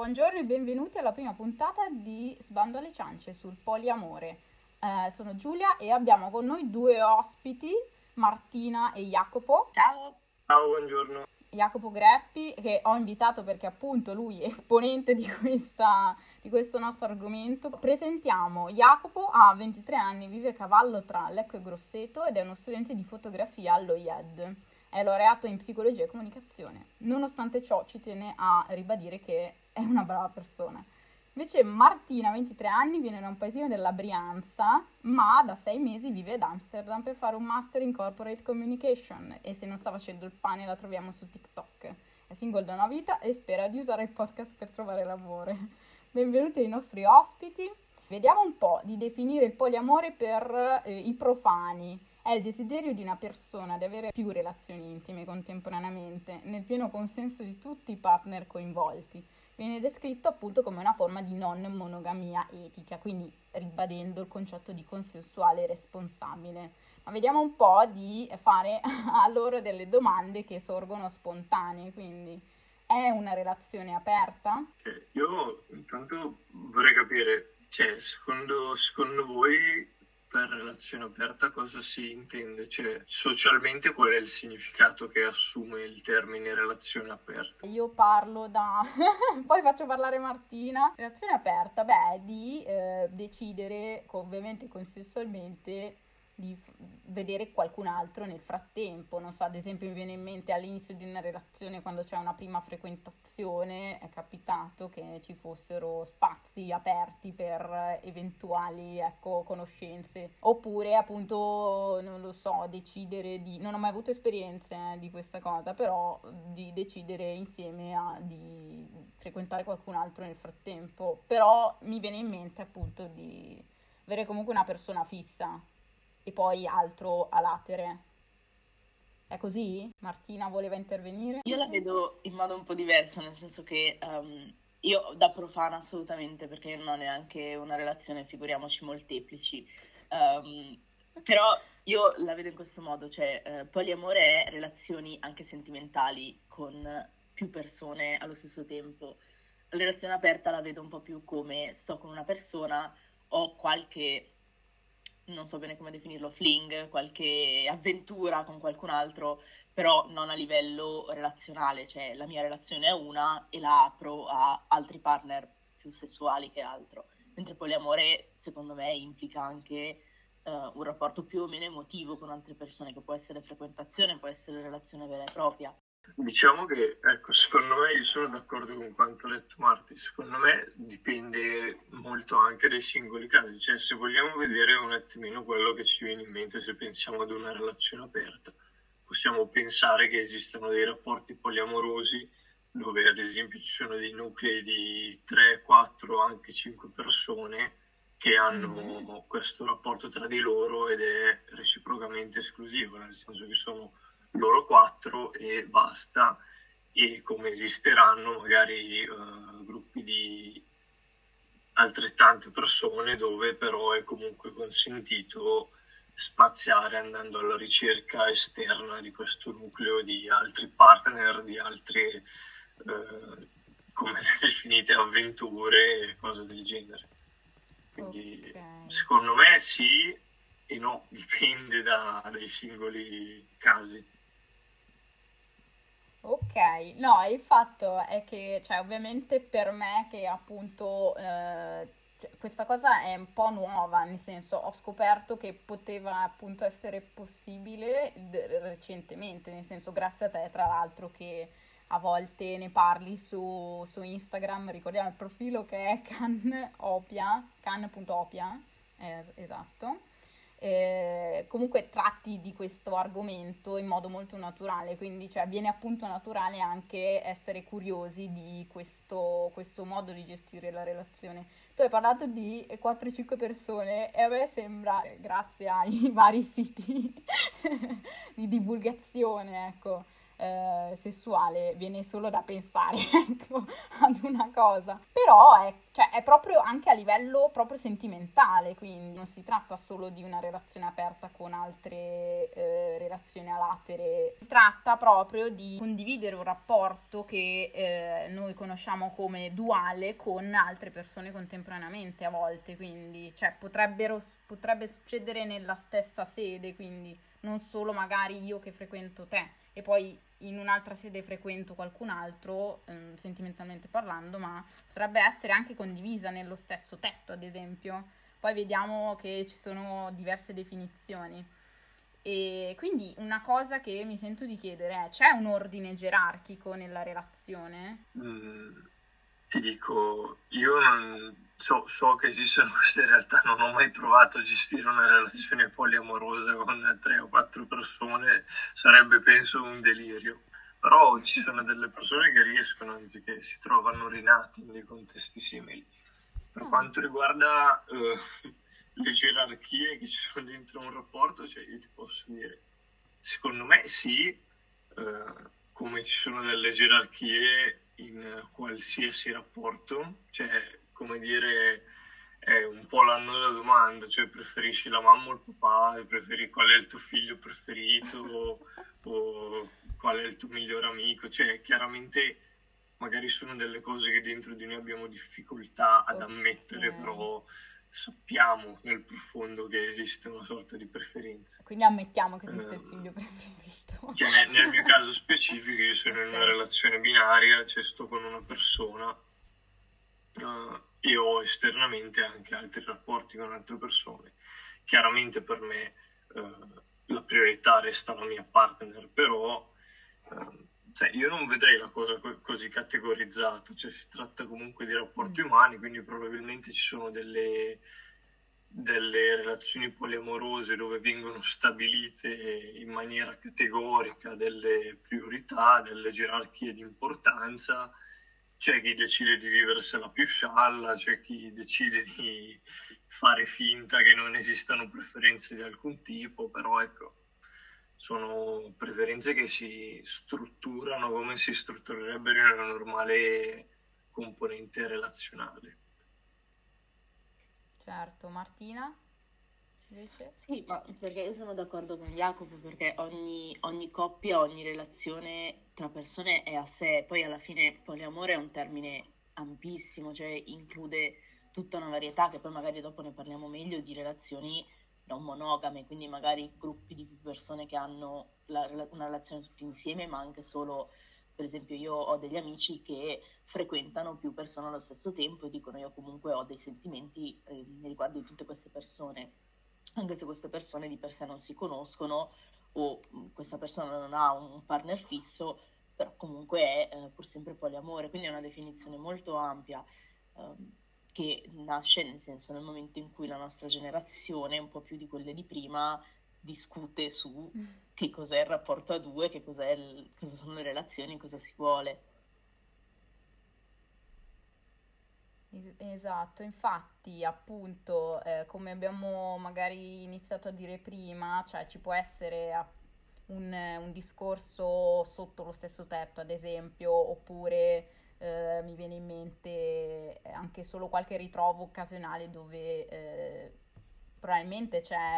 Buongiorno e benvenuti alla prima puntata di Sbando alle ciance sul poliamore. Sono Giulia e abbiamo con noi due ospiti, Martina e Jacopo. Ciao. Ciao, buongiorno. Jacopo Greppi, che ho invitato perché appunto lui è esponente di questo nostro argomento. Presentiamo Jacopo, ha 23 anni, vive a cavallo tra Lecco e Grosseto ed è uno studente di fotografia all'OIED. È laureato in psicologia e comunicazione. Nonostante ciò ci tiene a ribadire che è una brava persona. Invece Martina, 23 anni, viene da un paesino della Brianza, ma da 6 mesi vive ad Amsterdam per fare un master in corporate communication e se non sta facendo il pane la troviamo su TikTok. È single da una vita e spera di usare il podcast per trovare lavoro. Benvenuti ai nostri ospiti. Vediamo un po' di definire il poliamore per i profani. È il desiderio di una persona di avere più relazioni intime contemporaneamente, nel pieno consenso di tutti i partner coinvolti. Viene descritto appunto come una forma di non monogamia etica, quindi ribadendo il concetto di consensuale responsabile. Ma vediamo un po' di fare a loro delle domande che sorgono spontanee, quindi è una relazione aperta? Io intanto vorrei capire, secondo voi per relazione aperta cosa si intende? Cioè, socialmente qual è il significato che assume il termine relazione aperta? Io parlo da... poi faccio parlare Martina. Relazione aperta, beh, di decidere, ovviamente consensualmente, di vedere qualcun altro nel frattempo. Non so, ad esempio mi viene in mente all'inizio di una relazione, quando c'è una prima frequentazione, è capitato che ci fossero spazi aperti per eventuali, ecco, conoscenze. Oppure, appunto, non lo so, decidere di... Non ho mai avuto esperienze di questa cosa, però di decidere insieme di frequentare qualcun altro nel frattempo. Però mi viene in mente, appunto, di avere comunque una persona fissa e poi altro a latere. È così? Martina voleva intervenire? Io la vedo in modo un po' diverso, nel senso che io da profana assolutamente, perché non ho neanche una relazione, figuriamoci molteplici, però io la vedo in questo modo, cioè poliamore è relazioni anche sentimentali con più persone allo stesso tempo. La relazione aperta la vedo un po' più come sto con una persona, ho qualche, non so bene come definirlo, fling, qualche avventura con qualcun altro, però non a livello relazionale, cioè la mia relazione è una e la apro a altri partner più sessuali che altro, mentre poliamore secondo me implica anche un rapporto più o meno emotivo con altre persone, che può essere frequentazione, può essere relazione vera e propria. Diciamo che, ecco, secondo me, io sono d'accordo con quanto ha detto Marti, secondo me dipende molto anche dai singoli casi, cioè se vogliamo vedere un attimino quello che ci viene in mente se pensiamo ad una relazione aperta, possiamo pensare che esistano dei rapporti poliamorosi dove ad esempio ci sono dei nuclei di 3, 4, anche 5 persone che hanno questo rapporto tra di loro ed è reciprocamente esclusivo, nel senso che sono loro 4 e basta, e come esisteranno magari gruppi di altrettante persone dove però è comunque consentito spaziare andando alla ricerca esterna di questo nucleo di altri partner, di altre come le definite avventure e cose del genere. Quindi secondo me sì e no, dipende dai singoli casi. Ok, no, il fatto è che, cioè, ovviamente per me che appunto questa cosa è un po' nuova, nel senso ho scoperto che poteva appunto essere possibile recentemente, nel senso grazie a te tra l'altro che a volte ne parli su Instagram, ricordiamo il profilo che è canopia, can.opia, esatto. Comunque tratti di questo argomento in modo molto naturale, quindi cioè, viene appunto naturale anche essere curiosi di questo modo di gestire la relazione. Tu hai parlato di 4-5 persone e a me sembra, grazie ai vari siti di divulgazione, ecco, sessuale viene solo da pensare, ecco, ad una cosa. Però è proprio anche a livello proprio sentimentale, quindi non si tratta solo di una relazione aperta con altre relazioni a latere, si tratta proprio di condividere un rapporto che noi conosciamo come duale con altre persone contemporaneamente a volte, quindi cioè, potrebbe succedere nella stessa sede, quindi non solo magari io che frequento te e poi in un'altra sede frequento qualcun altro, sentimentalmente parlando, ma potrebbe essere anche condivisa nello stesso tetto, ad esempio. Poi vediamo che ci sono diverse definizioni. E quindi una cosa che mi sento di chiedere è: c'è un ordine gerarchico nella relazione? Ti dico, io so che esistono queste realtà, non ho mai provato a gestire una relazione poliamorosa con 3 o 4 persone, sarebbe penso un delirio. Però ci sono delle persone che riescono, anzi che si trovano rinati in dei contesti simili. Per quanto riguarda le gerarchie che ci sono dentro un rapporto, cioè io ti posso dire, secondo me sì, come ci sono delle gerarchie in qualsiasi rapporto, cioè come dire è un po' l'annosa domanda, cioè preferisci la mamma o il papà, qual è il tuo figlio preferito o qual è il tuo migliore amico, cioè chiaramente magari sono delle cose che dentro di noi abbiamo difficoltà ad ammettere, però sappiamo nel profondo che esiste una sorta di preferenza. Quindi ammettiamo che esiste il figlio preferito. Cioè, nel mio caso specifico io sono in una relazione binaria, cioè sto con una persona e ho esternamente anche altri rapporti con altre persone. Chiaramente per me la priorità resta la mia partner, però io non vedrei la cosa così categorizzata, cioè si tratta comunque di rapporti umani, quindi probabilmente ci sono delle relazioni poliamorose dove vengono stabilite in maniera categorica delle priorità, delle gerarchie di importanza. C'è chi decide di viversela più scialla, c'è chi decide di fare finta che non esistano preferenze di alcun tipo, però ecco, sono preferenze che si strutturano come si strutturerebbero in una normale componente relazionale. Certo, Martina? Invece? Sì, ma perché io sono d'accordo con Jacopo, perché ogni coppia, ogni relazione tra persone è a sé, poi alla fine poliamore è un termine ampissimo, cioè include tutta una varietà, che poi magari dopo ne parliamo meglio, di relazioni non monogame, quindi magari gruppi di più persone che hanno una relazione tutti insieme, ma anche solo, per esempio io ho degli amici che frequentano più persone allo stesso tempo e dicono io comunque ho dei sentimenti nei riguardi di tutte queste persone, anche se queste persone di per sé non si conoscono o questa persona non ha un partner fisso, però comunque è pur sempre poliamore, quindi è una definizione molto ampia che nasce nel senso nel momento in cui la nostra generazione, un po' più di quelle di prima, discute su che cos'è il rapporto a due, cosa sono le relazioni, cosa si vuole. Esatto, infatti appunto come abbiamo magari iniziato a dire prima, cioè ci può essere un discorso sotto lo stesso tetto, ad esempio, oppure mi viene in mente anche solo qualche ritrovo occasionale dove probabilmente c'è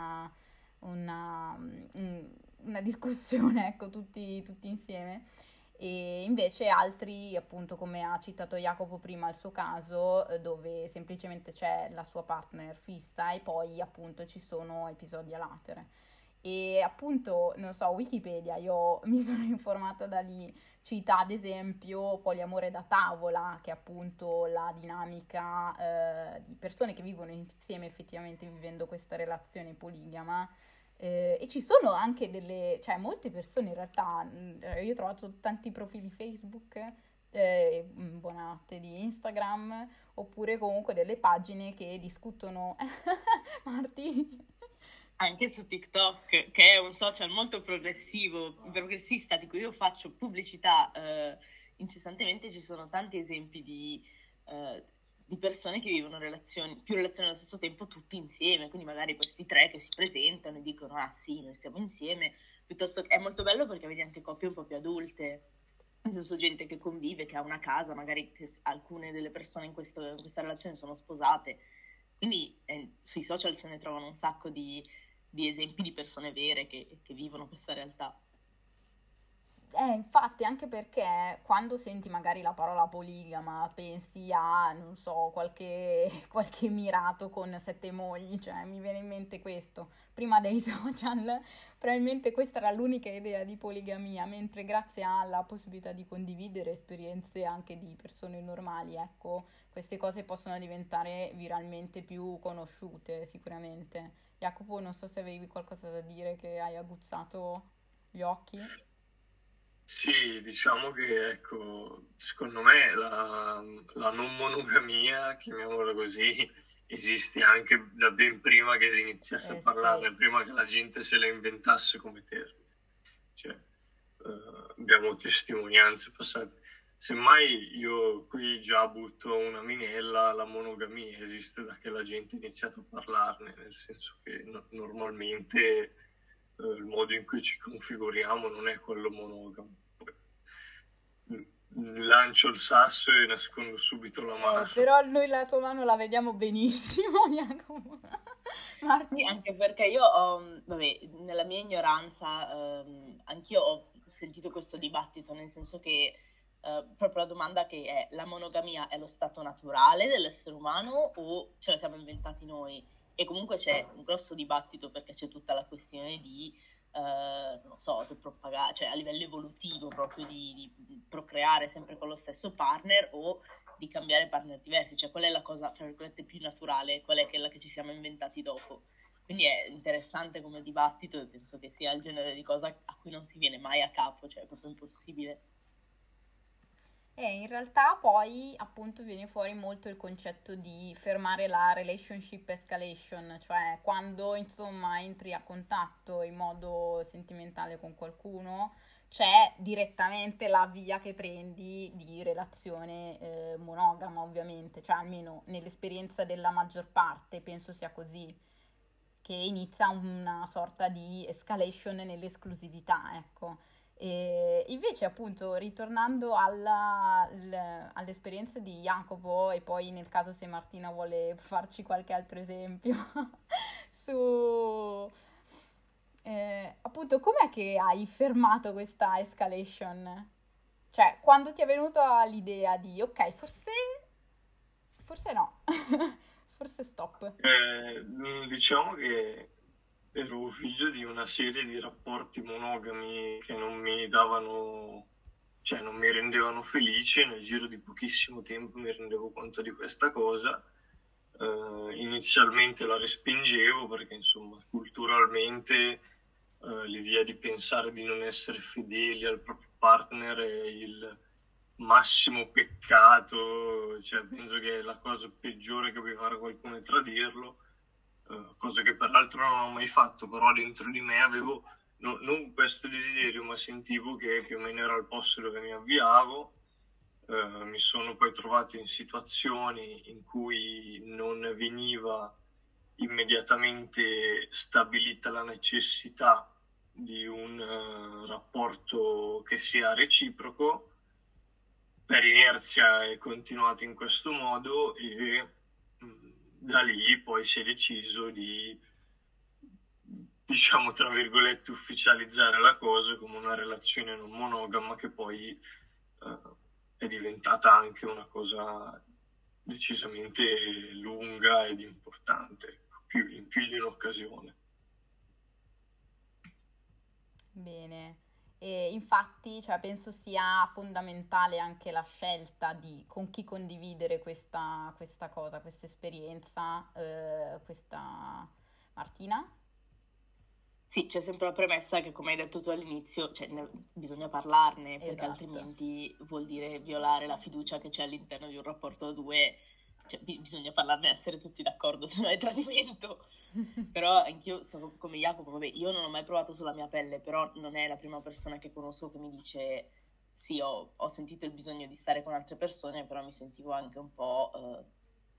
una discussione, ecco, tutti insieme. E invece altri, appunto, come ha citato Jacopo prima il suo caso, dove semplicemente c'è la sua partner fissa e poi appunto ci sono episodi a latere. E appunto, non so, Wikipedia, io mi sono informata da lì, cita ad esempio poliamore da tavola, che è appunto la dinamica di persone che vivono insieme effettivamente vivendo questa relazione poligama. E ci sono anche cioè molte persone in realtà, io ho trovato tanti profili Facebook, buonanotte di Instagram, oppure comunque delle pagine che discutono. Marti? Anche su TikTok, che è un social molto progressista, di cui io faccio pubblicità incessantemente, ci sono tanti esempi di persone che vivono più relazioni allo stesso tempo tutti insieme, quindi magari questi tre che si presentano e dicono ah sì, noi stiamo insieme, piuttosto che è molto bello perché vedi anche coppie un po' più adulte, nel senso gente che convive, che ha una casa, magari che alcune delle persone in questa relazione sono sposate, quindi sui social se ne trovano un sacco di esempi di persone vere che vivono questa realtà. Infatti, anche perché quando senti magari la parola poligama pensi a, non so, qualche mirato con 7 mogli, cioè mi viene in mente questo. Prima dei social, probabilmente questa era l'unica idea di poligamia, mentre grazie alla possibilità di condividere esperienze anche di persone normali, ecco, queste cose possono diventare viralmente più conosciute, sicuramente. Jacopo, non so se avevi qualcosa da dire, che hai aguzzato gli occhi. Sì, diciamo che ecco, secondo me la non monogamia, chiamiamola così, esiste anche da ben prima che si iniziasse a Sì. parlarne, prima che la gente se la inventasse come termine. Cioè, abbiamo testimonianze passate. Semmai io qui già butto una minella, la monogamia esiste da che la gente ha iniziato a parlarne, nel senso che normalmente il modo in cui ci configuriamo non è quello monogamo. Lancio il sasso e nascondo subito la mano. Però noi la tua mano la vediamo benissimo, Jacopo. Sì, anche perché io ho, vabbè, nella mia ignoranza, anch'io ho sentito questo dibattito, nel senso che proprio la domanda che è la monogamia è lo stato naturale dell'essere umano o ce la siamo inventati noi? E comunque c'è un grosso dibattito perché c'è tutta la questione di, non so, cioè a livello evolutivo proprio di procreare sempre con lo stesso partner o di cambiare partner diversi, cioè qual è la cosa, fra virgolette, più naturale, qual è quella che ci siamo inventati dopo. Quindi è interessante come dibattito e penso che sia il genere di cosa a cui non si viene mai a capo, cioè è proprio impossibile. E in realtà poi appunto viene fuori molto il concetto di fermare la relationship escalation, cioè quando insomma entri a contatto in modo sentimentale con qualcuno, c'è direttamente la via che prendi di relazione monogama, ovviamente, cioè almeno nell'esperienza della maggior parte penso sia così, che inizia una sorta di escalation nell'esclusività, ecco. E invece, appunto, ritornando all'esperienza di Jacopo, e poi nel caso se Martina vuole farci qualche altro esempio, su appunto, com'è che hai fermato questa escalation? Cioè, quando ti è venuta l'idea di, ok, forse no, forse stop. Diciamo che ero figlio di una serie di rapporti monogami che non mi davano, cioè non mi rendevano felice. Nel giro di pochissimo tempo mi rendevo conto di questa cosa. Inizialmente la respingevo perché, insomma, culturalmente l'idea di pensare di non essere fedeli al proprio partner è il massimo peccato, cioè penso che la cosa peggiore che puoi fare a qualcuno è tradirlo, cosa che peraltro non ho mai fatto, però dentro di me avevo non questo desiderio, ma sentivo che più o meno era il posto dove mi avviavo. Mi sono poi trovato in situazioni in cui non veniva immediatamente stabilita la necessità di un rapporto che sia reciproco. Per inerzia è continuato in questo modo e da lì poi si è deciso di, diciamo tra virgolette, ufficializzare la cosa come una relazione non monogama, che poi è diventata anche una cosa decisamente lunga ed importante, in più di un'occasione. Bene, e infatti, cioè, penso sia fondamentale anche la scelta di con chi condividere questa cosa, questa esperienza, questa Martina? Sì, c'è sempre la premessa che, come hai detto tu all'inizio, cioè, bisogna parlarne, perché Esatto. altrimenti vuol dire violare la fiducia che c'è all'interno di un rapporto a due, cioè, bisogna parlarne e essere tutti d'accordo, se no è tradimento. Però anch'io sono come Jacopo, vabbè, io non ho mai provato sulla mia pelle, però non è la prima persona che conosco che mi dice sì, ho sentito il bisogno di stare con altre persone, però mi sentivo anche un po'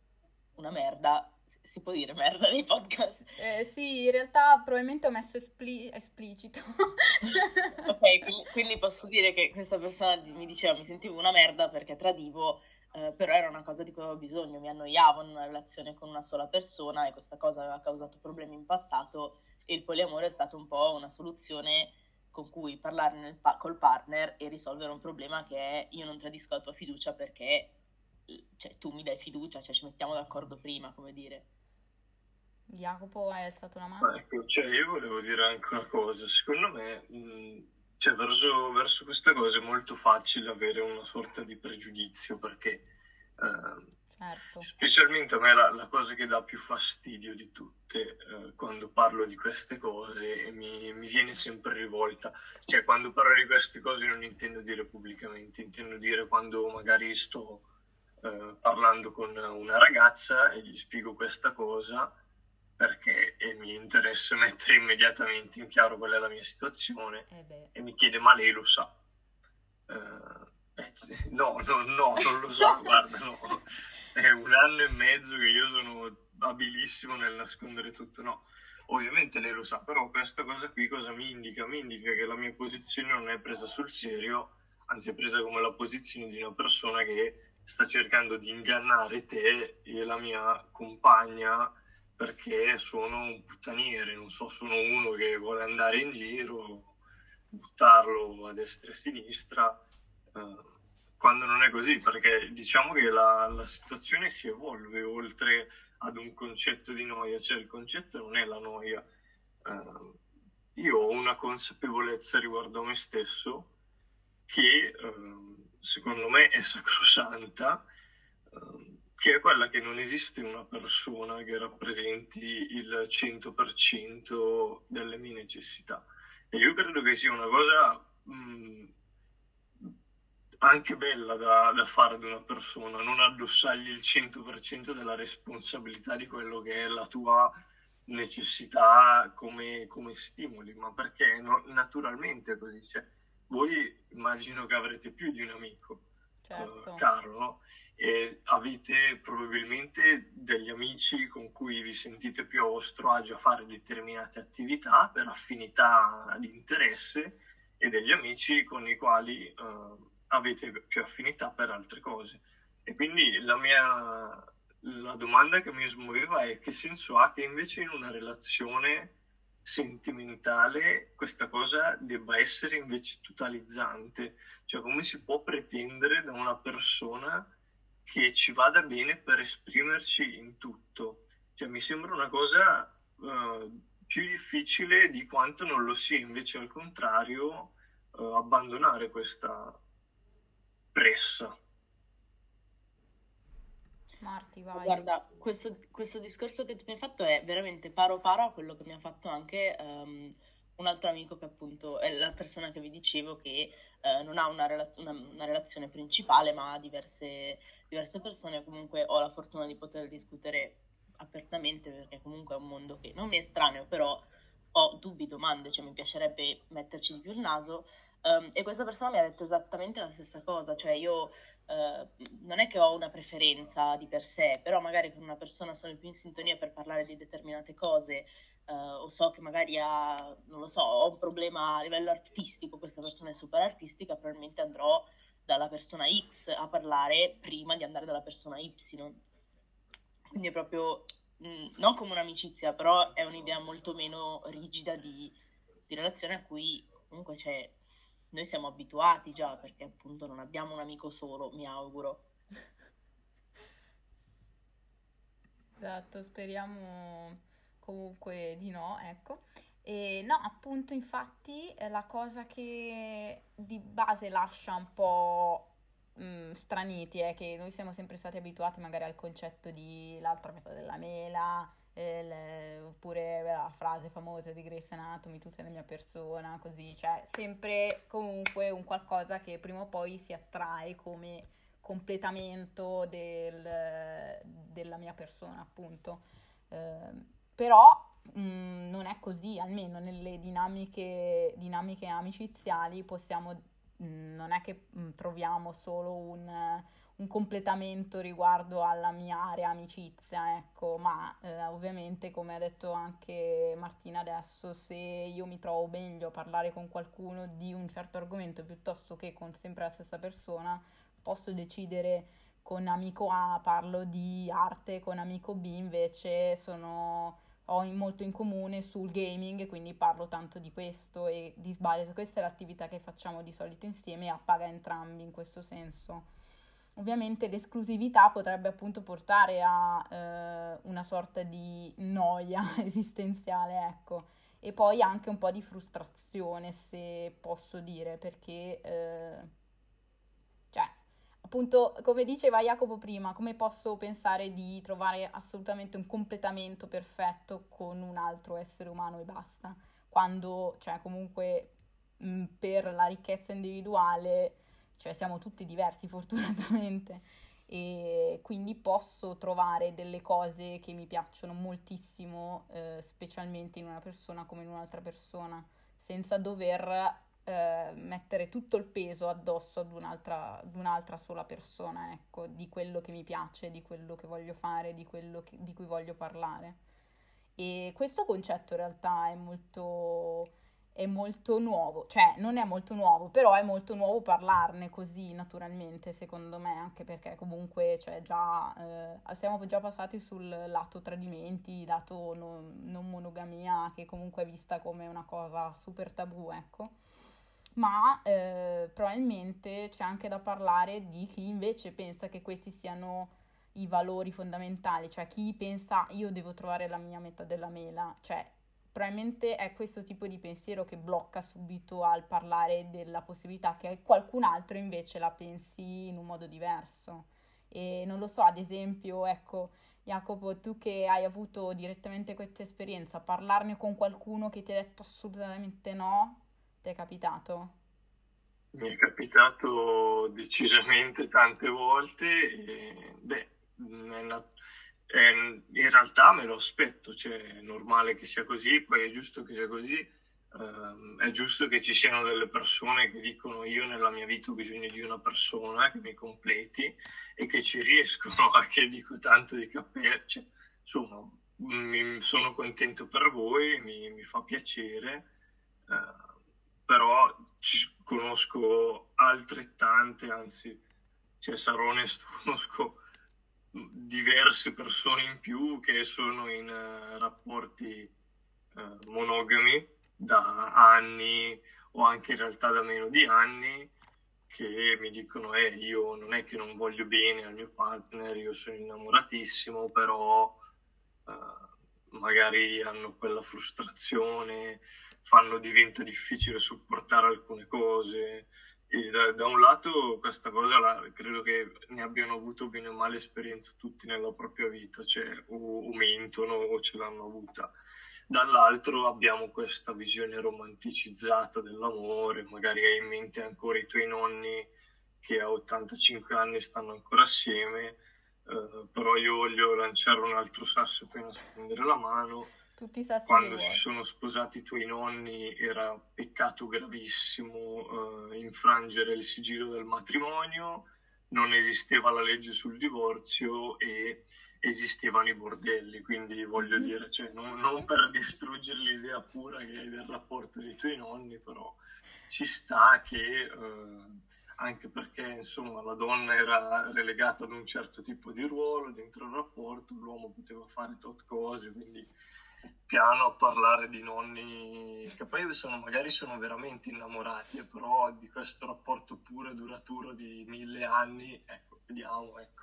una merda. Si può dire merda nei podcast? Sì, in realtà probabilmente ho messo esplicito. Ok, quindi posso dire che questa persona mi diceva mi sentivo una merda perché tradivo, però era una cosa di cui avevo bisogno, mi annoiavo in una relazione con una sola persona e questa cosa aveva causato problemi in passato e il poliamore è stato un po' una soluzione con cui parlare col partner e risolvere un problema che è io non tradisco la tua fiducia perché cioè, tu mi dai fiducia, cioè ci mettiamo d'accordo prima, come dire. Jacopo, hai alzato la mano? Ecco, cioè io volevo dire anche una cosa, secondo me, cioè verso questa cosa è molto facile avere una sorta di pregiudizio perché Certo. specialmente a me la cosa che dà più fastidio di tutte quando parlo di queste cose e mi viene sempre rivolta, cioè quando parlo di queste cose non intendo dire pubblicamente, intendo dire quando magari sto parlando con una ragazza e gli spiego questa cosa perché mi interessa mettere immediatamente in chiaro qual è la mia situazione e mi chiede ma lei lo sa? No, non lo sa, guarda, no. È 1 anno e mezzo che io sono abilissimo nel nascondere tutto, no. Ovviamente lei lo sa, però questa cosa qui cosa mi indica? Mi indica che la mia posizione non è presa sul serio, anzi è presa come la posizione di una persona che sta cercando di ingannare te e la mia compagna perché sono un puttaniere, non so, sono uno che vuole andare in giro, buttarlo a destra e a sinistra, quando non è così, perché diciamo che la situazione si evolve oltre ad un concetto di noia, cioè il concetto non è la noia. Io ho una consapevolezza riguardo a me stesso che secondo me è sacrosanta, che è quella che non esiste una persona che rappresenti il 100% delle mie necessità. E io credo che sia una cosa anche bella da fare ad una persona, non addossargli il 100% della responsabilità di quello che è la tua necessità come stimoli, ma perché naturalmente è così. Cioè, voi immagino che avrete più di un amico, Certo. caro, no? E avete probabilmente degli amici con cui vi sentite più a vostro agio a fare determinate attività per affinità di interesse e degli amici con i quali avete più affinità per altre cose. E quindi la domanda che mi smuoveva è che senso ha che invece in una relazione sentimentale questa cosa debba essere invece totalizzante, cioè come si può pretendere da una persona che ci vada bene per esprimerci in tutto, cioè mi sembra una cosa più difficile di quanto non lo sia invece al contrario abbandonare questa pressa. Marti, vai. Guarda, questo discorso che tu mi hai fatto è veramente paro paro a quello che mi ha fatto anche un altro amico che appunto è la persona che vi dicevo che non ha una relazione principale ma ha diverse persone. Comunque ho la fortuna di poter discutere apertamente perché comunque è un mondo che non mi è estraneo, però ho dubbi, domande, cioè mi piacerebbe metterci di più il naso. E questa persona mi ha detto esattamente la stessa cosa, cioè io non è che ho una preferenza di per sé, però magari con una persona sono più in sintonia per parlare di determinate cose, o so che magari non lo so, ho un problema a livello artistico, questa persona è super artistica, probabilmente andrò dalla persona X a parlare prima di andare dalla persona Y. Quindi è proprio, non come un'amicizia, però è un'idea molto meno rigida di relazione a cui comunque c'è noi siamo abituati già perché appunto non abbiamo un amico solo, mi auguro. Esatto, speriamo comunque di no, ecco. E no, appunto, infatti, la cosa che di base lascia un po' straniti è che noi siamo sempre stati abituati magari al concetto di l'altra metà della mela, oppure la frase famosa di Grey's Anatomy, tu sei la mia persona, così, cioè sempre comunque un qualcosa che prima o poi si attrae come completamento della mia persona, appunto. Però non è così, almeno nelle dinamiche amiciziali possiamo, non è che troviamo solo un completamento riguardo alla mia area amicizia, ecco, ma ovviamente come ha detto anche Martina adesso, se io mi trovo meglio a parlare con qualcuno di un certo argomento piuttosto che con sempre la stessa persona, posso decidere con amico A parlo di arte, con amico B invece ho molto in comune sul gaming, quindi parlo tanto di questo e di base questa è l'attività che facciamo di solito insieme e appaga entrambi in questo senso. Ovviamente l'esclusività potrebbe appunto portare a una sorta di noia esistenziale, ecco, e poi anche un po' di frustrazione, se posso dire, perché, cioè, appunto, come diceva Jacopo prima, come posso pensare di trovare assolutamente un completamento perfetto con un altro essere umano e basta, quando, cioè, comunque, per la ricchezza individuale, cioè, siamo tutti diversi fortunatamente e quindi posso trovare delle cose che mi piacciono moltissimo, specialmente in una persona come in un'altra persona, senza dover mettere tutto il peso addosso ad un'altra sola persona, ecco, di quello che mi piace, di quello che voglio fare, di cui voglio parlare. E questo concetto in realtà è molto nuovo, cioè non è molto nuovo, però è molto nuovo parlarne così naturalmente, secondo me, anche perché comunque cioè, siamo già passati sul lato tradimenti, lato non monogamia, che comunque è vista come una cosa super tabù, ecco. Ma probabilmente c'è anche da parlare di chi invece pensa che questi siano i valori fondamentali, cioè chi pensa io devo trovare la mia metà della mela, cioè probabilmente è questo tipo di pensiero che blocca subito al parlare della possibilità che qualcun altro invece la pensi in un modo diverso. E non lo so, ad esempio, ecco, Jacopo, tu che hai avuto direttamente questa esperienza, parlarne con qualcuno che ti ha detto assolutamente no, ti è capitato? Mi è capitato decisamente tante volte e beh, è nat- in realtà me lo aspetto, cioè è normale che sia così, poi è giusto che sia così, è giusto che ci siano delle persone che dicono io nella mia vita ho bisogno di una persona che mi completi e che ci riescono, a che dico tanto di cappello, cioè, insomma, sono contento per voi, mi fa piacere, però conosco altrettante, anzi, cioè, sarò onesto, conosco diverse persone in più che sono in rapporti monogami da anni o anche in realtà da meno di anni che mi dicono io non è che non voglio bene al mio partner, io sono innamoratissimo, però magari hanno quella frustrazione, diventa difficile sopportare alcune cose. E da un lato questa cosa credo che ne abbiano avuto bene o male esperienza tutti nella propria vita, cioè o mentono o ce l'hanno avuta. Dall'altro abbiamo questa visione romanticizzata dell'amore, magari hai in mente ancora i tuoi nonni che a 85 anni stanno ancora assieme, però io voglio lanciare un altro sasso per nascondere la mano. Tutti i sassi che Quando si vuoi. sono sposati i tuoi nonni era peccato gravissimo infrangere il sigillo del matrimonio, non esisteva la legge sul divorzio e esistevano i bordelli, quindi voglio dire, cioè, non per distruggere l'idea pura che hai del rapporto dei tuoi nonni, però ci sta che anche perché insomma la donna era relegata ad un certo tipo di ruolo dentro il rapporto, l'uomo poteva fare tot cose, quindi piano a parlare di nonni che poi magari sono veramente innamorati, però di questo rapporto puro e duraturo di 1000 anni, ecco, vediamo, ecco.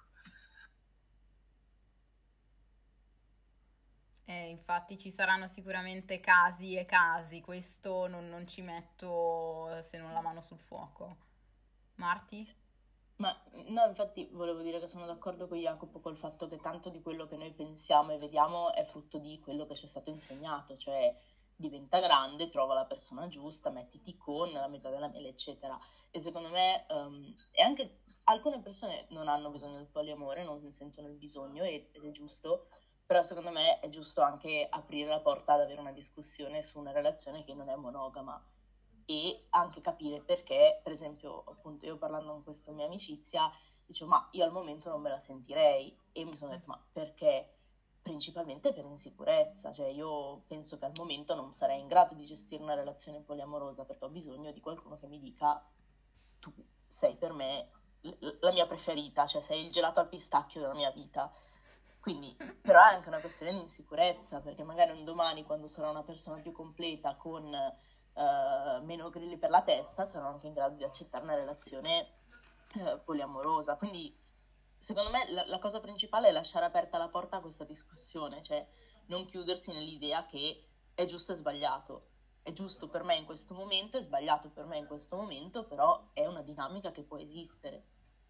Infatti ci saranno sicuramente casi e casi, questo non ci metto se non la mano sul fuoco. Marti? Ma no, infatti volevo dire che sono d'accordo con Jacopo col fatto che tanto di quello che noi pensiamo e vediamo è frutto di quello che ci è stato insegnato, cioè diventa grande, trova la persona giusta, mettiti con la metà della mela, eccetera. E secondo me, e anche alcune persone non hanno bisogno del poliamore, non ne sentono il bisogno ed è giusto, però secondo me è giusto anche aprire la porta ad avere una discussione su una relazione che non è monogama e anche capire perché, per esempio, appunto io parlando con questa mia amicizia, dicevo, ma io al momento non me la sentirei, e mi sono detto, ma perché? Principalmente per insicurezza, cioè io penso che al momento non sarei in grado di gestire una relazione poliamorosa perché ho bisogno di qualcuno che mi dica tu sei per me la mia preferita, cioè sei il gelato al pistacchio della mia vita. Quindi, però è anche una questione di insicurezza, perché magari un domani, quando sarò una persona più completa, con meno grilli per la testa, sarò anche in grado di accettare una relazione poliamorosa. Quindi, secondo me, la cosa principale è lasciare aperta la porta a questa discussione, cioè non chiudersi nell'idea che è giusto e sbagliato. È giusto per me in questo momento, è sbagliato per me in questo momento, però è una dinamica che può esistere.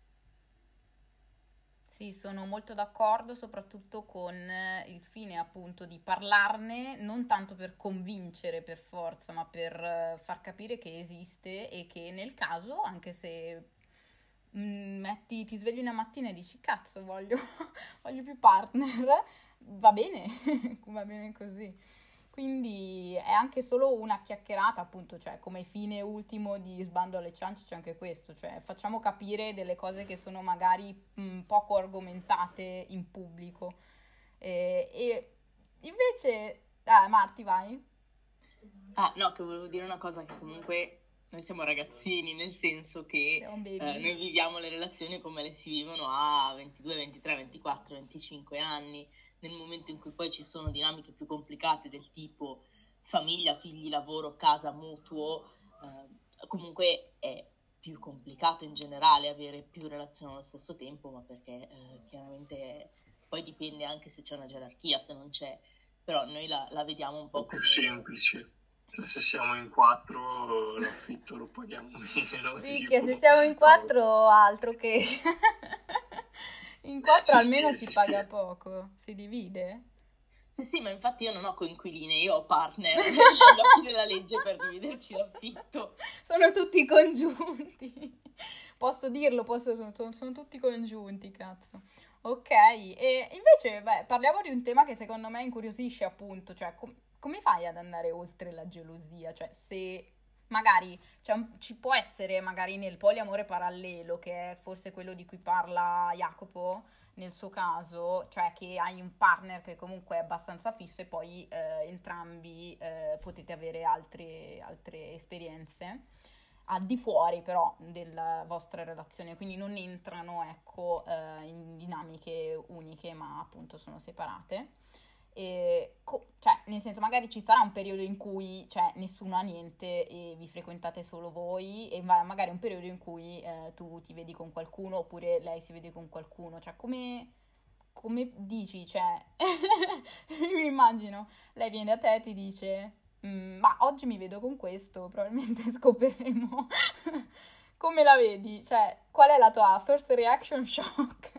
Sì, sono molto d'accordo, soprattutto con il fine appunto di parlarne, non tanto per convincere per forza, ma per far capire che esiste e che nel caso, anche se ti svegli una mattina e dici cazzo, voglio più partner, va bene, va bene così. Quindi è anche solo una chiacchierata, appunto, cioè come fine ultimo di Sbando alle ciance c'è anche questo, cioè facciamo capire delle cose che sono magari poco argomentate in pubblico. E invece, Marti, vai. Ah, no, che volevo dire una cosa, che comunque noi siamo ragazzini, nel senso che Siamo noi babies. viviamo le relazioni come le si vivono a 22, 23, 24, 25 anni, nel momento in cui poi ci sono dinamiche più complicate del tipo famiglia, figli, lavoro, casa, mutuo, comunque è più complicato in generale avere più relazioni allo stesso tempo, ma perché chiaramente poi dipende anche se c'è una gerarchia, se non c'è, però noi la vediamo un po' Più come... semplice. Cioè, se siamo in 4 l'affitto lo paghiamo meno, Sì, che tipo. se siamo in No. 4 altro che... In 4 Si almeno spiega, si si paga spiega. poco, si divide. Sì, sì, ma infatti io non ho coinquiline, io ho partner negli occhi della legge per dividerci l'affitto. Sono tutti congiunti. Posso dirlo, sono tutti congiunti, cazzo. Ok, e invece, beh, parliamo di un tema che secondo me incuriosisce appunto, cioè come fai ad andare oltre la gelosia? Cioè se magari ci può essere magari nel poliamore parallelo, che è forse quello di cui parla Jacopo, nel suo caso, cioè che hai un partner che comunque è abbastanza fisso e poi entrambi potete avere altre esperienze al di fuori però della vostra relazione, quindi non entrano ecco in dinamiche uniche ma appunto sono separate. Cioè, nel senso, magari ci sarà un periodo in cui cioè, nessuno ha niente e vi frequentate solo voi, e magari un periodo in cui tu ti vedi con qualcuno oppure lei si vede con qualcuno. Cioè, come dici? Cioè, mi immagino, lei viene a te e ti dice, ma oggi mi vedo con questo, probabilmente scopriremo. Come la vedi? Cioè, qual è la tua first reaction shock?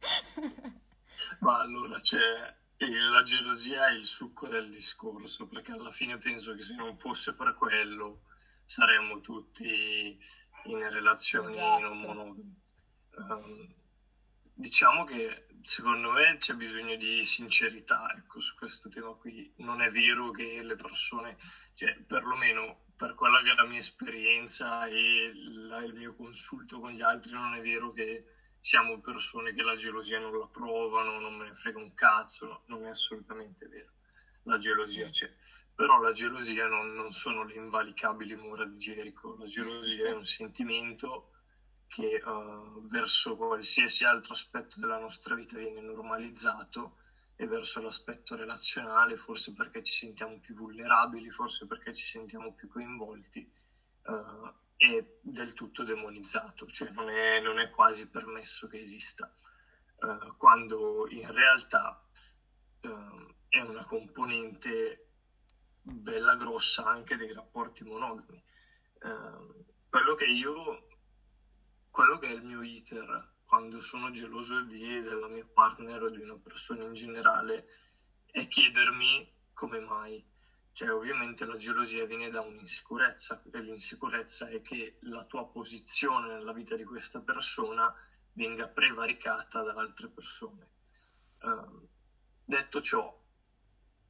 Ma allora la gelosia è il succo del discorso, perché alla fine penso che se non fosse per quello saremmo tutti in relazioni non Esatto. monogame. Ehm, diciamo che secondo me c'è bisogno di sincerità, ecco, su questo tema qui. Non è vero che le persone, cioè perlomeno per quella che è la mia esperienza e il mio consulto con gli altri, non è vero che siamo persone che la gelosia non la provano, non me ne frega un cazzo, no, non è assolutamente vero. La gelosia c'è, però la gelosia non sono le invalicabili mura di Gerico, la gelosia è un sentimento che verso qualsiasi altro aspetto della nostra vita viene normalizzato, e verso l'aspetto relazionale, forse perché ci sentiamo più vulnerabili, forse perché ci sentiamo più coinvolti, è del tutto demonizzato, cioè non è quasi permesso che esista, quando in realtà è una componente bella grossa anche dei rapporti monogami. Quello che è il mio iter quando sono geloso della mia partner o di una persona in generale è chiedermi come mai. Cioè, ovviamente la gelosia viene da un'insicurezza, e l'insicurezza è che la tua posizione nella vita di questa persona venga prevaricata da altre persone. Detto ciò,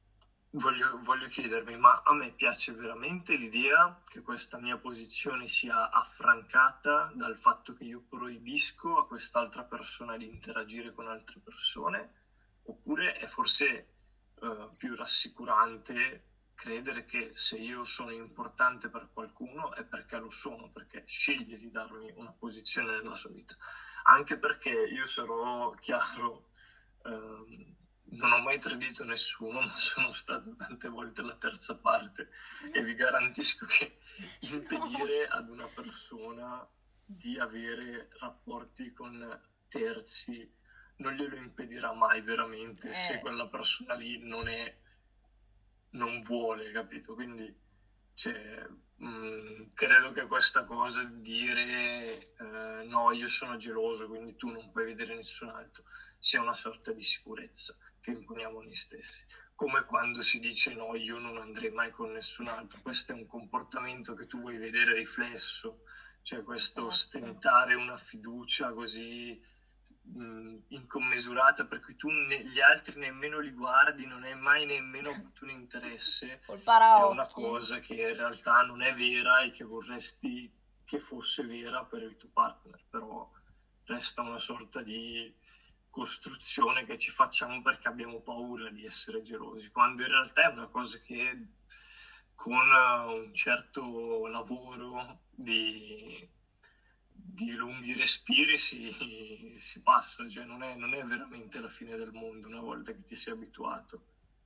voglio chiedermi, ma a me piace veramente l'idea che questa mia posizione sia affrancata dal fatto che io proibisco a quest'altra persona di interagire con altre persone, oppure è forse più rassicurante credere che se io sono importante per qualcuno è perché lo sono, perché sceglie di darmi una posizione nella sua vita. Anche perché io sarò chiaro, non ho mai tradito nessuno, ma sono stato tante volte la terza parte e vi garantisco che impedire ad una persona di avere rapporti con terzi non glielo impedirà mai veramente se quella persona lì non vuole, capito? Quindi cioè, credo che questa cosa di dire no, io sono geloso, quindi tu non puoi vedere nessun altro, sia una sorta di sicurezza che imponiamo noi stessi. Come quando si dice no, io non andrei mai con nessun altro, questo è un comportamento che tu vuoi vedere riflesso, cioè questo stentare una fiducia così incommisurata per cui tu gli altri nemmeno li guardi, non hai mai nemmeno avuto un interesse, è una cosa che in realtà non è vera e che vorresti che fosse vera per il tuo partner, però resta una sorta di costruzione che ci facciamo perché abbiamo paura di essere gelosi, quando in realtà è una cosa che con un certo lavoro di lunghi respiri si passa, cioè non è veramente la fine del mondo una volta che ti sei abituato.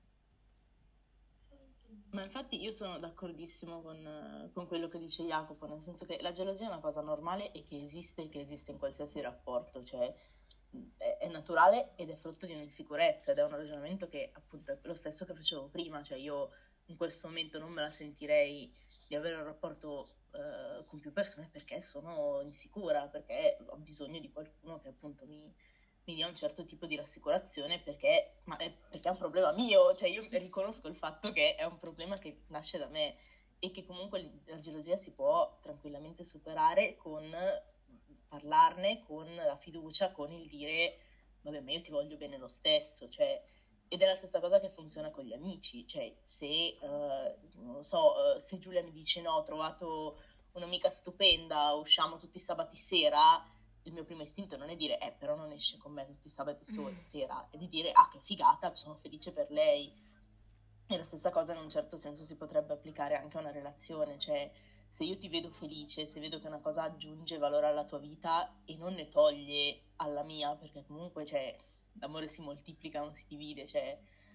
Ma infatti io sono d'accordissimo con quello che dice Jacopo, nel senso che la gelosia è una cosa normale e che esiste in qualsiasi rapporto, cioè è naturale ed è frutto di un'insicurezza ed è un ragionamento che appunto è lo stesso che facevo prima, cioè io in questo momento non me la sentirei di avere un rapporto con più persone perché sono insicura, perché ho bisogno di qualcuno che appunto mi dia un certo tipo di rassicurazione perché è un problema mio, cioè io riconosco il fatto che è un problema che nasce da me e che comunque la gelosia si può tranquillamente superare con parlarne, con la fiducia, con il dire vabbè ma io ti voglio bene lo stesso, cioè ed è la stessa cosa che funziona con gli amici, cioè se, non lo so, se Giulia mi dice no, ho trovato un'amica stupenda, usciamo tutti i sabati sera, il mio primo istinto non è dire però non esce con me tutti i sabati sera, è di dire che figata, sono felice per lei. E la stessa cosa in un certo senso si potrebbe applicare anche a una relazione, cioè se io ti vedo felice, se vedo che una cosa aggiunge valore alla tua vita e non ne toglie alla mia, perché comunque cioè, l'amore si moltiplica, non si divide, cioè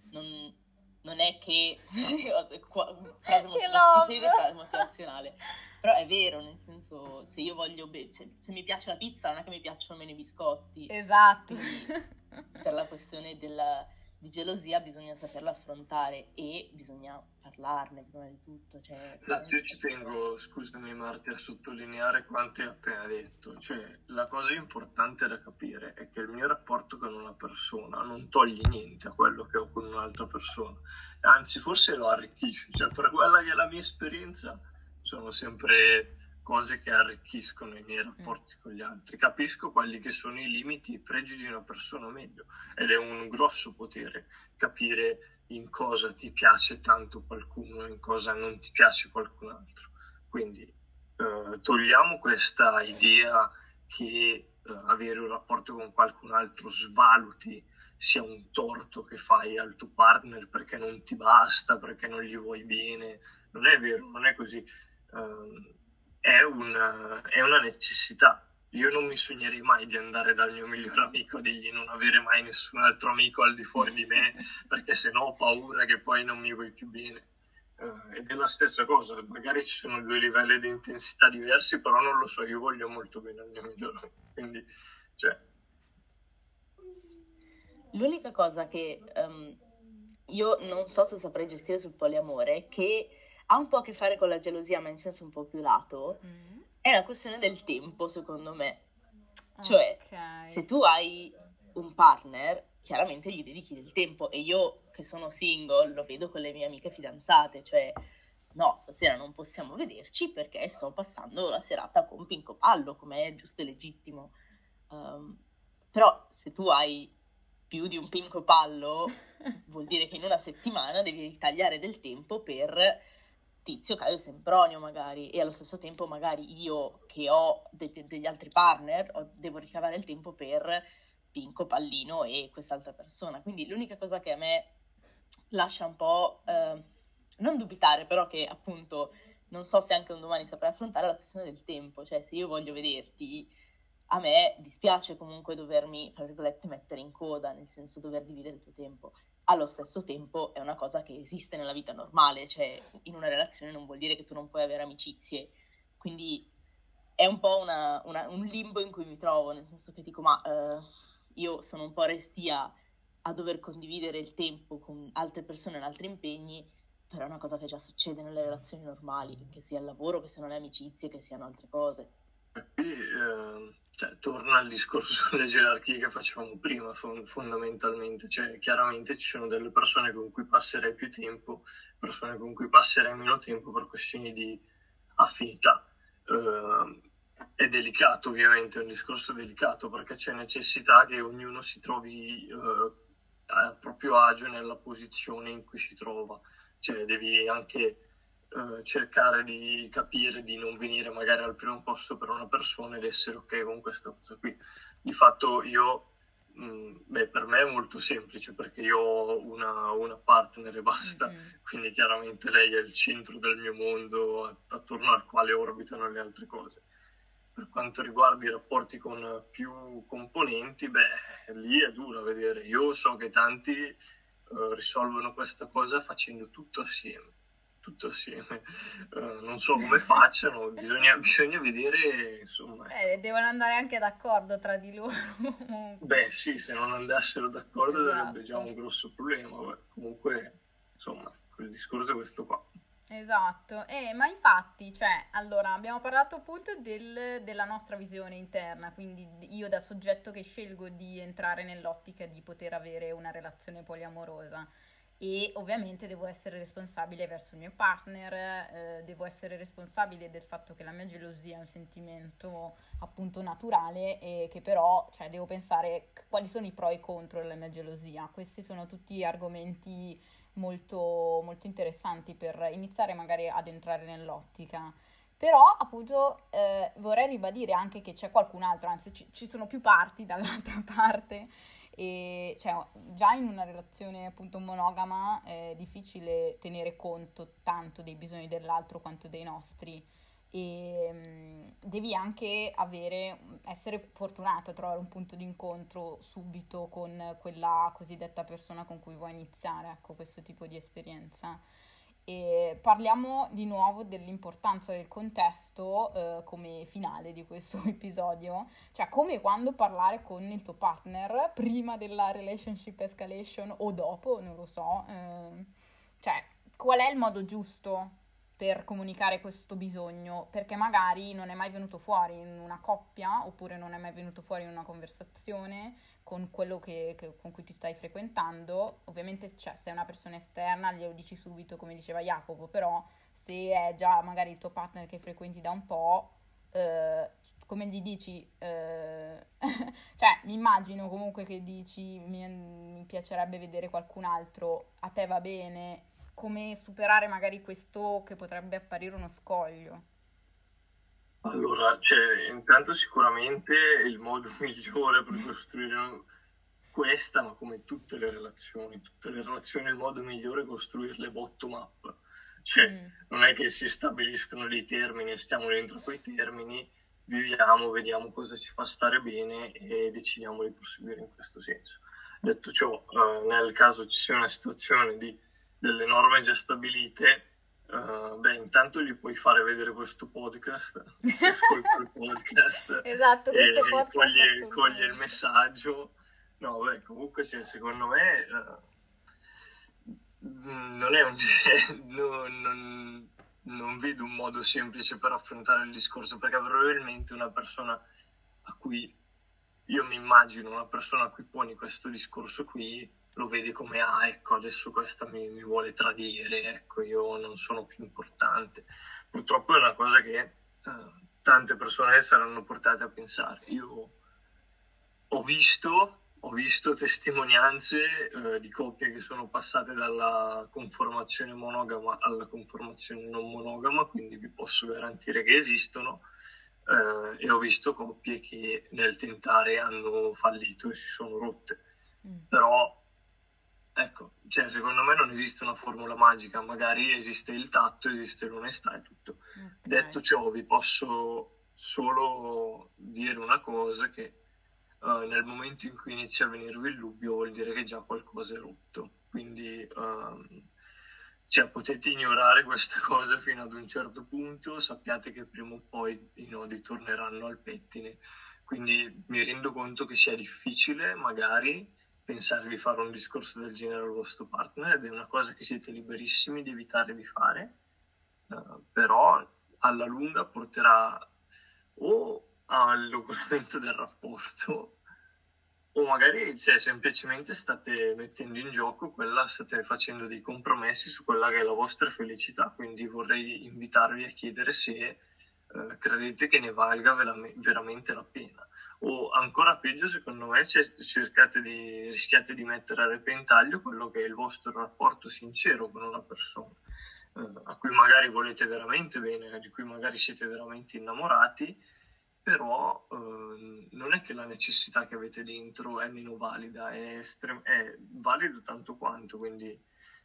non è che frase motivazionale, però è vero, nel senso se io voglio se mi piace la pizza non è che mi piacciono meno i biscotti, esatto. Quindi, per la questione di gelosia bisogna saperla affrontare e bisogna parlarne prima di tutto. Cioè, io ci tengo, scusami Marti, a sottolineare quanto hai appena detto, cioè la cosa importante da capire è che il mio rapporto con una persona non toglie niente a quello che ho con un'altra persona, anzi forse lo arricchisce, cioè per quella che è la mia esperienza sono sempre cose che arricchiscono i miei rapporti con gli altri, capisco quelli che sono i limiti e i pregi di una persona meglio ed è un grosso potere capire in cosa ti piace tanto qualcuno e in cosa non ti piace qualcun altro. Quindi togliamo questa idea che avere un rapporto con qualcun altro svaluti sia un torto che fai al tuo partner perché non ti basta, perché non gli vuoi bene. Non è vero, non è così. È una necessità. Io non mi sognerei mai di andare dal mio migliore amico e dirgli non avere mai nessun altro amico al di fuori di me, perché sennò ho paura che poi non mi vuoi più bene. Ed è la stessa cosa, magari ci sono due livelli di intensità diversi, però non lo so, io voglio molto bene al mio migliore amico, quindi, cioè... L'unica cosa che io non so se saprei gestire sul poliamore, che ha un po' a che fare con la gelosia, ma in senso un po' più lato, è la questione del tempo, secondo me. Cioè, se tu hai un partner, chiaramente gli dedichi del tempo, e io che sono single lo vedo con le mie amiche fidanzate, cioè no, stasera non possiamo vederci perché sto passando la serata con Pinco Pallo, come è giusto e legittimo. Però se tu hai più di un Pinco Pallo, vuol dire che in una settimana devi ritagliare del tempo per Tizio, Caio, Sempronio magari, e allo stesso tempo magari io che ho degli altri partner devo ricavare il tempo per Pinco, Pallino e quest'altra persona. Quindi l'unica cosa che a me lascia un po' non dubitare, però che appunto non so se anche un domani saprai affrontare, è la questione del tempo. Cioè, se io voglio vederti, a me dispiace comunque dovermi, tra virgolette, mettere in coda, nel senso dover dividere il tuo tempo. Allo stesso tempo è una cosa che esiste nella vita normale, cioè in una relazione non vuol dire che tu non puoi avere amicizie, quindi è un po' un limbo in cui mi trovo, nel senso che dico, ma io sono un po' restia a dover condividere il tempo con altre persone in altri impegni, però è una cosa che già succede nelle relazioni normali, che sia il lavoro, che siano le amicizie, che siano altre cose. Qui torna al discorso delle gerarchie che facevamo prima, fondamentalmente. Cioè, chiaramente ci sono delle persone con cui passerei più tempo, persone con cui passerei meno tempo per questioni di affinità. È delicato, ovviamente, è un discorso delicato, perché c'è necessità che ognuno si trovi a proprio agio nella posizione in cui si trova. Cioè, devi anche cercare di capire di non venire magari al primo posto per una persona ed essere ok con questa cosa qui. Di fatto io, per me è molto semplice, perché io ho una partner e basta, quindi chiaramente lei è il centro del mio mondo attorno al quale orbitano le altre cose. Per quanto riguarda i rapporti con più componenti, lì è duro a vedere. Io so che tanti risolvono questa cosa facendo tutto assieme. Non so come facciano, bisogna vedere, insomma. Devono andare anche d'accordo tra di loro. Sì, se non andassero d'accordo esatto. sarebbe già un grosso problema. Comunque, insomma, il discorso è questo qua. Esatto, ma infatti, cioè, allora, abbiamo parlato appunto della nostra visione interna, quindi io da soggetto che scelgo di entrare nell'ottica di poter avere una relazione poliamorosa e ovviamente devo essere responsabile verso il mio partner, devo essere responsabile del fatto che la mia gelosia è un sentimento appunto naturale e che però, cioè, devo pensare quali sono i pro e i contro della mia gelosia. Questi sono tutti argomenti molto, molto interessanti per iniziare magari ad entrare nell'ottica. Però appunto vorrei ribadire anche che c'è qualcun altro, anzi ci sono più parti dall'altra parte e cioè, già in una relazione appunto monogama è difficile tenere conto tanto dei bisogni dell'altro quanto dei nostri e devi anche essere fortunato a trovare un punto di incontro subito con quella cosiddetta persona con cui vuoi iniziare, ecco, questo tipo di esperienza. E parliamo di nuovo dell'importanza del contesto come finale di questo episodio, cioè come quando parlare con il tuo partner prima della relationship escalation o dopo, non lo so, cioè qual è il modo giusto per comunicare questo bisogno, perché magari non è mai venuto fuori in una coppia oppure non è mai venuto fuori in una conversazione con quello con cui ti stai frequentando. Ovviamente se è una persona esterna glielo dici subito, come diceva Jacopo, però se è già magari il tuo partner che frequenti da un po', come gli dici, cioè mi immagino comunque che dici mi piacerebbe vedere qualcun altro, a te va bene, come superare magari questo che potrebbe apparire uno scoglio? Allora, intanto sicuramente il modo migliore per costruire questa, ma come tutte le relazioni, il modo migliore è costruirle bottom up. Non è che si stabiliscono dei termini e stiamo dentro quei termini, viviamo, vediamo cosa ci fa stare bene e decidiamo di proseguire in questo senso. Detto ciò, nel caso ci sia una situazione di delle norme già stabilite, intanto gli puoi fare vedere questo podcast, si ascolta il podcast esatto, questo e podcast coglie il messaggio. No, comunque secondo me non è non vedo un modo semplice per affrontare il discorso, perché probabilmente una persona a cui io mi immagino, una persona a cui poni questo discorso qui, lo vedi come, ecco, adesso questa mi vuole tradire, ecco, io non sono più importante. Purtroppo è una cosa che tante persone saranno portate a pensare. Io ho ho visto testimonianze di coppie che sono passate dalla conformazione monogama alla conformazione non monogama, quindi vi posso garantire che esistono, e ho visto coppie che nel tentare hanno fallito e si sono rotte. Però, ecco, cioè, secondo me non esiste una formula magica, magari esiste il tatto, esiste l'onestà e tutto. Detto ciò, vi posso solo dire una cosa, che nel momento in cui inizia a venirvi il dubbio vuol dire che già qualcosa è rotto, quindi cioè, potete ignorare questa cosa fino ad un certo punto, sappiate che prima o poi i nodi torneranno al pettine, quindi mi rendo conto che sia difficile magari pensare di fare un discorso del genere al vostro partner, ed è una cosa che siete liberissimi di evitare di fare, però alla lunga porterà o al logoramento del rapporto, o magari, cioè, semplicemente state mettendo in gioco state facendo dei compromessi su quella che è la vostra felicità, quindi vorrei invitarvi a chiedere se credete che ne valga veramente la pena, o ancora peggio, secondo me, rischiate di mettere a repentaglio quello che è il vostro rapporto sincero con una persona a cui magari volete veramente bene, di cui magari siete veramente innamorati, però non è che la necessità che avete dentro è meno valida, è valida tanto quanto, quindi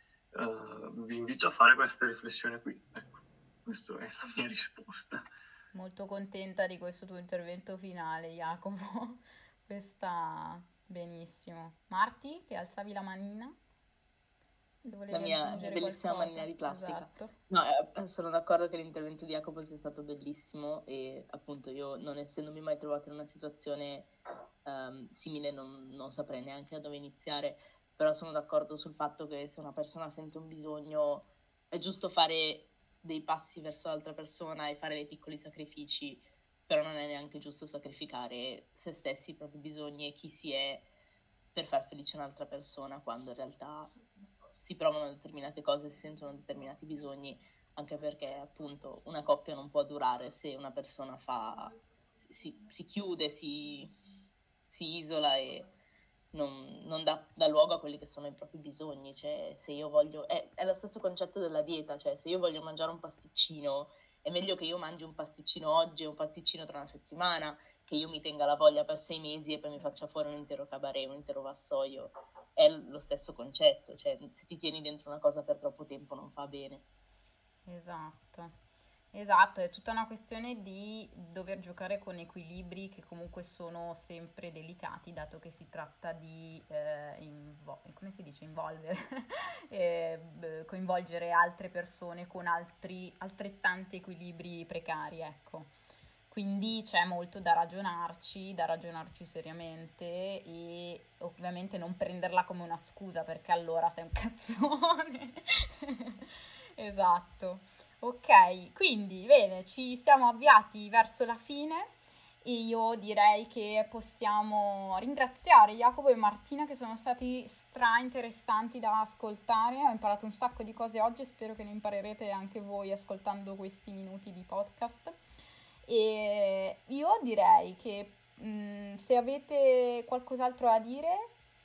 vi invito a fare questa riflessione qui. Ecco, questa è la mia risposta. Molto contenta di questo tuo intervento finale, Jacopo. Questa benissimo. Marti, che alzavi la manina? La mia bellissima manina di plastica. Esatto. No, sono d'accordo che l'intervento di Jacopo sia stato bellissimo, e appunto io, non essendomi mai trovata in una situazione simile, non saprei neanche da dove iniziare, però sono d'accordo sul fatto che se una persona sente un bisogno è giusto fare dei passi verso l'altra persona e fare dei piccoli sacrifici, però non è neanche giusto sacrificare se stessi, i propri bisogni e chi si è per far felice un'altra persona, quando in realtà si provano determinate cose, si sentono determinati bisogni, anche perché appunto una coppia non può durare se una persona si chiude, si isola e non dà luogo a quelli che sono i propri bisogni. Cioè, se io voglio, è lo stesso concetto della dieta, cioè se io voglio mangiare un pasticcino, è meglio che io mangi un pasticcino oggi e un pasticcino tra una settimana, che io mi tenga la voglia per 6 mesi e poi mi faccia fuori un intero cabaret, un intero vassoio. È lo stesso concetto, cioè se ti tieni dentro una cosa per troppo tempo non fa bene. Esatto, è tutta una questione di dover giocare con equilibri che comunque sono sempre delicati, dato che si tratta di come si dice, coinvolgere altre persone con altrettanti equilibri precari, ecco. Quindi c'è molto da ragionarci seriamente, e ovviamente non prenderla come una scusa, perché allora sei un cazzone. Esatto. Ok, quindi bene, ci siamo avviati verso la fine e io direi che possiamo ringraziare Jacopo e Martina, che sono stati stra interessanti da ascoltare. Ho imparato un sacco di cose oggi e spero che ne imparerete anche voi ascoltando questi minuti di podcast. E io direi che se avete qualcos'altro da dire,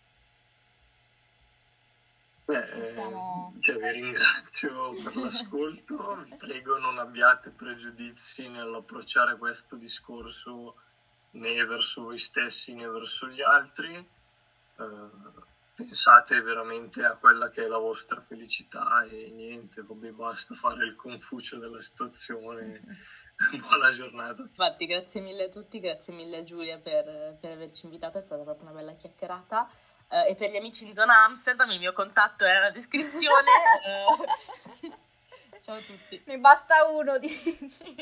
vi ringrazio per l'ascolto, vi prego non abbiate pregiudizi nell'approcciare questo discorso né verso voi stessi né verso gli altri, pensate veramente a quella che è la vostra felicità e niente, vabbè, basta fare il Confucio della situazione. Buona giornata. Infatti, grazie mille a tutti, grazie mille a Giulia per averci invitato, è stata proprio una bella chiacchierata. E per gli amici in zona Amsterdam il mio contatto è nella descrizione. Ciao a tutti. Ne basta uno, dici.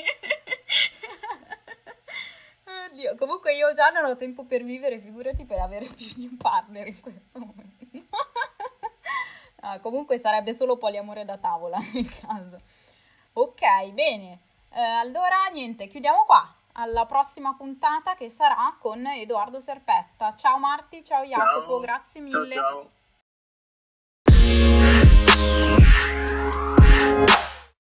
Oddio, comunque io già non ho tempo per vivere, figurati per avere più di un partner in questo momento. Comunque sarebbe solo poliamore da tavola nel caso. Ok, bene. Allora niente, chiudiamo qua. Alla prossima puntata, che sarà con Edoardo Serpetta. Ciao Marti, ciao Jacopo, grazie mille. Ciao.